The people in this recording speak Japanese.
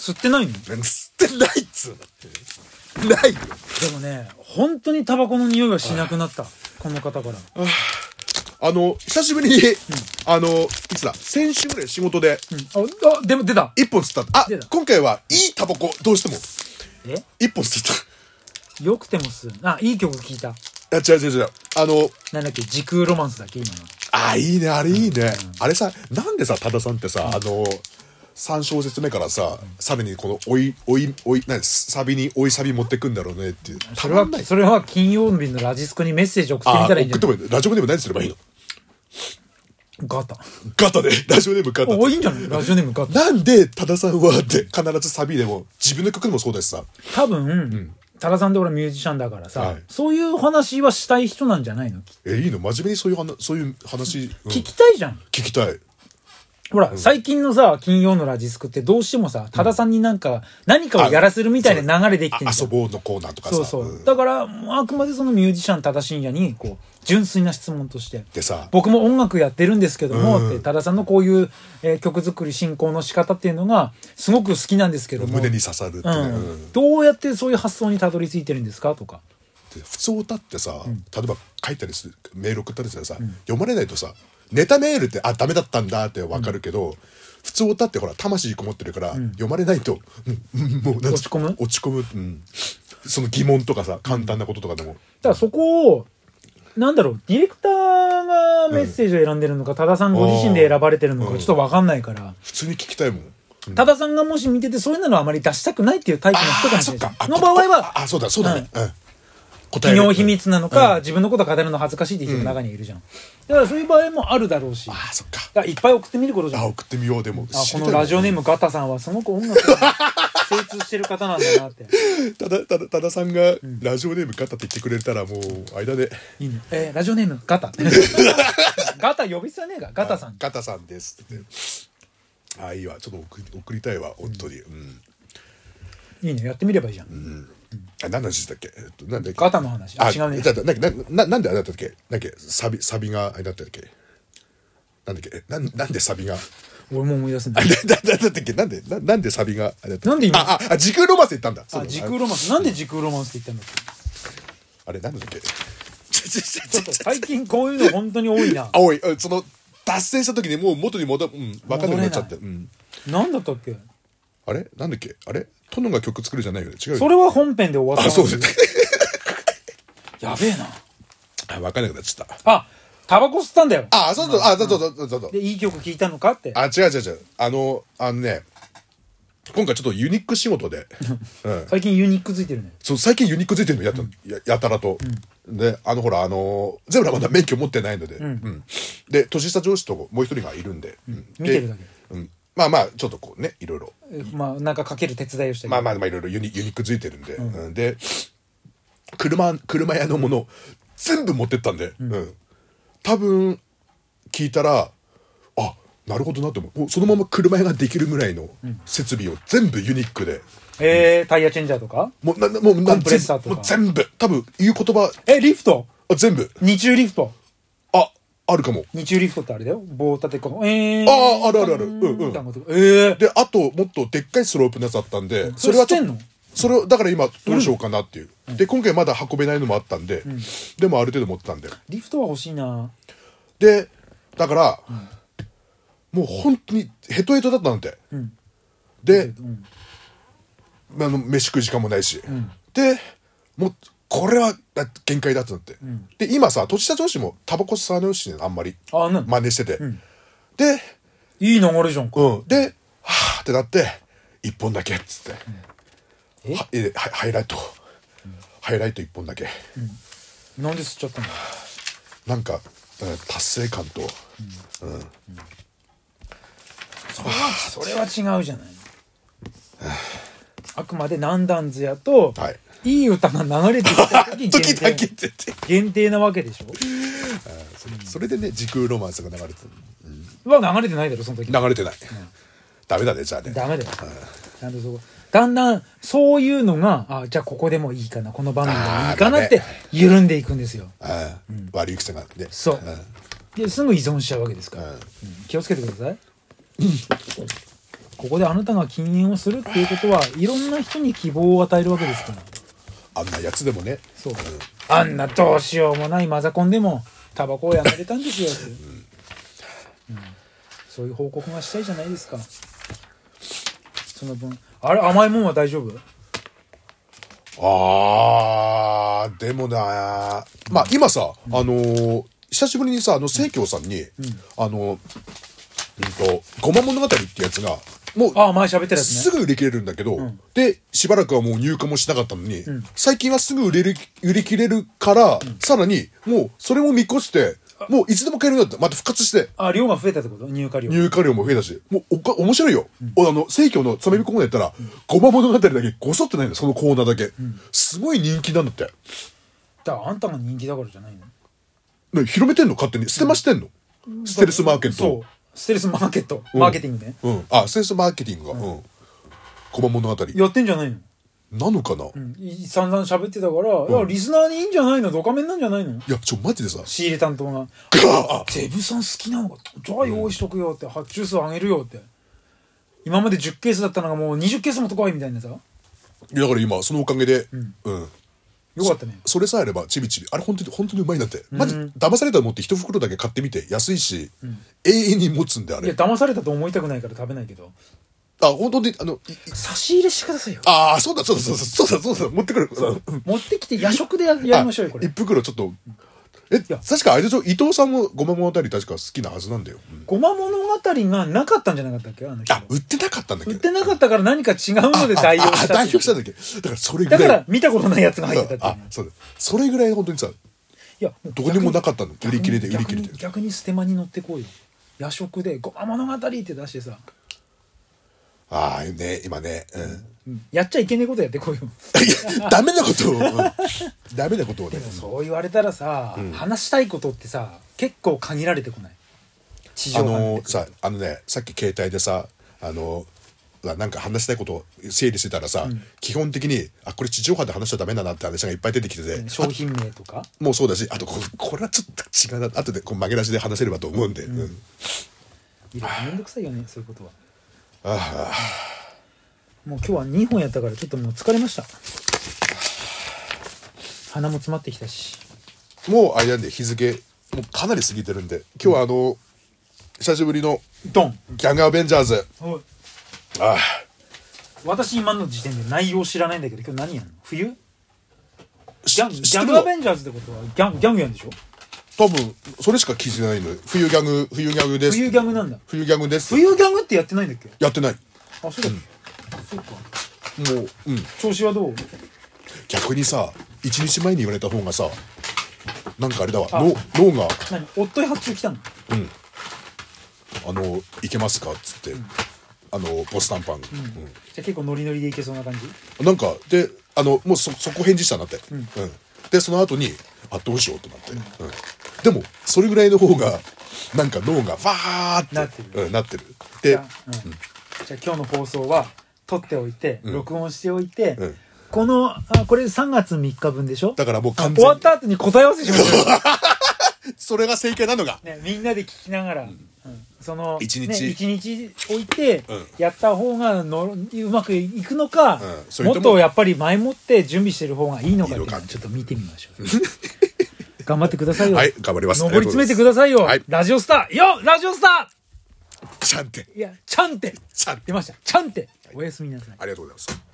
吸ってないの？ 吸ってないっつうのってないよ。 でもね、本当にタバコの匂いはしなくなった。この方から。 久しぶりに、いつだ、先週ぐらい仕事で、 でも出た。 一本吸った。今回はいいタバコ、どうしても。一本吸った。 よくても吸う。いい曲聴いた。 違う。 なんだっけ、時空ロマンスだっけ、今の。 いいね、あれいいね。あれさ、なんでさ、多田さんってさ、3小節目からさ、サビにこのサビに追いサビ持ってくんだろうねっていう。 それは金曜日のラジスコにメッセージ送ってみたらいいんじゃない？ 送ってもラジオネーム何すればいいの？ ガタで、ラジオネームガタ。 いいんじゃない？ラジオネームガタ。 なんで多田さんはって必ずサビでも自分の曲でもそうだしさ。 多分、多田さんって俺ミュージシャンだからさ、そういう話はしたい人なんじゃないの？ いいの？真面目にそういう話、 聞きたいじゃん。 聞きたい。 ほら、最近のさ、金曜のラジスクってどうしてもさ、多田さんに何かをやらせるみたいな流れできてんじゃん。 遊ぼうのコーナーとかさ。 そう。だから、あくまでそのミュージシャン多田真也に、純粋な質問として。 でさ、 僕も音楽やってるんですけども、って多田さんのこういう、曲作り進行の仕方っていうのが、すごく好きなんですけども。 胸に刺さるってね。 どうやってそういう発想にたどり着いてるんですかとか。 普通歌ってさ、例えば書いたりする、メール送ったりするさ、読まれないとさ、ネタメールってダメだったんだってわかるけど、普通歌ってほら魂こもってるから、読まれないと、もう落ち込む、 その疑問とかさ、簡単なこととかでも。 だからそこをディレクターがメッセージを選んでるのか、多田さんご自身で選ばれてるのかちょっと分かんないから、 普通に聞きたいもん。 多田さんがもし見ててそういうのはあまり出したくないっていうタイプの人かもしれない。の場合はそうだね。 企業秘密なのか、自分のことを語るの恥ずかしいって人も中にいるじゃん。だからそういう場合もあるだろうし。 そっか。 だからいっぱい送ってみることじゃん。 送ってみよう。でもこのラジオネームガタさんはすごく音楽に精通してる方なんだなって。 多田さんがラジオネームガタって言ってくれたらもう間でいいね。ラジオネームガタガタ呼び捨てはねえか。ガタさん。 ガタさんですって。いいわ。ちょっと送りたいわ本当に。 いいね。やってみればいいじゃん。 何の話だっけ？なんでガタの話。違うね。 なんであれだったっけ？サビがあれだったっけ？なんだっけ？なんでサビが？ 俺も思い出すんだ。 だったっけ？なんでサビがあれだった？ なんで今？ 時空ロマンス言ったんだ。 時空ロマンス。なんで時空ロマンスって言ったんだっけ？ あれなんだっけ？ 最近こういうの本当に多いな。 多い。その脱線した時にもう元に分かんなくなっちゃって。 なんだったっけ？ あれなんだっけ？あれ殿が曲作るじゃないよね。違うよ。 それは本編で終わった。 そうですね。 やべえな。 分かんなくなっちゃった。 タバコ吸ったんだよ。 そう。 で、いい曲聴いたのかって。 違う。ね、今回ちょっとユニック仕事で。 最近ユニックついてるね。 そう、最近ユニックついてるのやたらと。で、ほら、ゼブラまだ免許持ってないので。で、年下上司ともう一人がいるんで。 見てるだけ。 まあ、ちょっとこうね、いろいろ。 なんかかける手伝いをしたり。 まあ、いろいろユニックついてるんで。で、車屋のもの全部持ってったんで。多分、聞いたら、なるほどなって思う。もうそのまま車屋ができるぐらいの設備を全部ユニックで。 タイヤチェンジャーとかもうコンプレッサーとか。 全部。多分、言う言葉。 リフト全部。 二中リフト。 あるかも。 二中リフトってあれだよ。棒立てこある。で、あと、もっとでっかいスロープのやつあったんで、 それはちょっと、 それを、だから今、どうしようかなっていう。で、今回まだ運べないのもあったんで、でもある程度持ってたんで。 リフトは欲しいな。 で、だから、もう本当にヘトヘトだったなんて。で、飯食う時間もないし。で、もう、これは限界だってなって。で、今さ、年下上司もタバコ吸わないしね、あんまり。真似してて。で、 いい流れじゃんか。 で、はぁってなって、一本だけっつって。ハイライト一本だけ。 なんで吸っちゃったの？ なんか、達成感と。 それは違うじゃない。あくまで南段ズヤと、いい歌が流れてきた時限定なわけでしょ。 それでね、時空ロマンスが流れてる。 流れてないだろその時。 流れてない。ダメだねじゃあね。 ダメだよ。なんでだんだんそういうのがじゃあここでもいいかな、この場面でもいいかなって緩んでいくんですよ。 悪い癖がね。 そう。ですぐ依存しちゃうわけですから。気をつけてください。 ここであなたが禁煙をするっていうことはいろんな人に希望を与えるわけですから。 あんなやつでもね。 そう、あんなどうしようもないマザコンでもタバコをやめれたんですよって、そういう報告がしたいじゃないですか。その分あれ甘いもんは大丈夫？ でもな、まあ今さ、久しぶりにさ、生協さんに、ごま物語ってやつが、もう、 前喋ってるやつね。 すぐ売り切れるんだけど、で、しばらくはもう入荷もしなかったのに、最近はすぐ売り切れるから、さらに、もう、それも見越して、もういつでも買えるようになった。また復活して。 量が増えたってこと？入荷量。 入荷量も増えたし、もう面白いよ。生協のつまみコーナーやったら、ごま物語だけごそってないんだよ、そのコーナーだけ。すごい人気なんだって。 だからあんたが人気だからじゃないの？ ね、広めてんの勝手に。捨てましてんの？ステルスマーケット。 そう。ステルスマーケット。マーケティングね。 ステルスマーケティングが。ごま物語。 やってんじゃないの？ なのかな、 散々喋ってたから、いや、リスナーにいいんじゃないの？ドカメンなんじゃないの？いや、マジでさ。 仕入れ担当が。ゼブさん好きなのか、じゃあ用意しとくよって、発注数上げるよって。今まで10ケースだったのがもう20ケースもとこいみたいなさ。 いや、だから今、そのおかげで、 よかったね。 それさえあれば、ちびちび。あれ本当にうまいなって。マジ、騙されたと思って一袋だけ買ってみて、安いし、永遠に持つんで、あれ。 いや、騙されたと思いたくないから食べないけど。 本当に、 差し入れしてくださいよ。 そうだ、持ってくる。 持ってきて夜食でやりましょうよ、これ。 一袋ちょっと、確かあれでしょ、伊藤さんもごま物語確か好きなはずなんだよ。 ごま物語がなかったんじゃなかったっけ？ 売ってなかったんだっけ？ 売ってなかったから何か違うので代用した。 代用したんだっけ？だからそれぐらい。 だから見たことないやつが入ってたって。 そうだ。それぐらい本当にさ、 いや、 どこにもなかったの。売り切れて。 逆にステマに乗ってこうよ。夜食でごま物語って出してさ。 今ね、 やっちゃいけねえことやってこうよ。 ダメなことをね。 でもそう言われたらさ、話したいことってさ、結構限られてこない？地上波さっき携帯でさ、なんか話したいことを整理してたらさ、基本的にこれ地上波で話しちゃダメだなって話がいっぱい出てきてて、 商品名とかもうそうだし、あとこれはちょっと違うな、後で曲げ出しで話せればと思うんで、いろいろめんどくさいよね、そういうことは。もう今日は2本やったからちょっともう疲れました。鼻も詰まってきたし、 もうあれなんで日付もうかなり過ぎてるんで、今日は久しぶりのドンギャングアベンジャーズ。 私今の時点で内容知らないんだけど、今日何やんの？冬？ギャングアベンジャーズってことはギャングやんでしょ？ 多分それしか聞いてないのよ。冬ギャグです。 冬ギャグなんだ。 冬ギャグです。 冬ギャグってやってないんだっけ？ やってない。 そうだ、そうか。 もう調子はどう？ 逆にさ、1日前に言われた方がさ、なんかあれだわ、脳が夫へ発注来たの？ いけますかっつって、ポスタンパン、じゃあ結構ノリノリでいけそうな感じ？ なんかでもうそこ返事したんだって、でその後にどうしようとなって、でもそれぐらいの方がなんか脳がファーってなってるで、じゃあ今日の放送は撮っておいて、録音しておいて、これ3月3日分でしょ？だからもう完全に終わった後に答え合わせしましょう。 それが正解なのが、 みんなで聞きながら、その一日置いてやった方がうまくいくのか、もっとやっぱり前もって準備してる方がいいのかっていうのをちょっと見てみましょう。頑張ってくださいよ。 はい、頑張ります。 上り詰めてくださいよ。ラジオスターよ、ラジオスター。 ちゃんて。 いや、ちゃんて。出ました。ちゃんて。おやすみなさい。 ありがとうございます。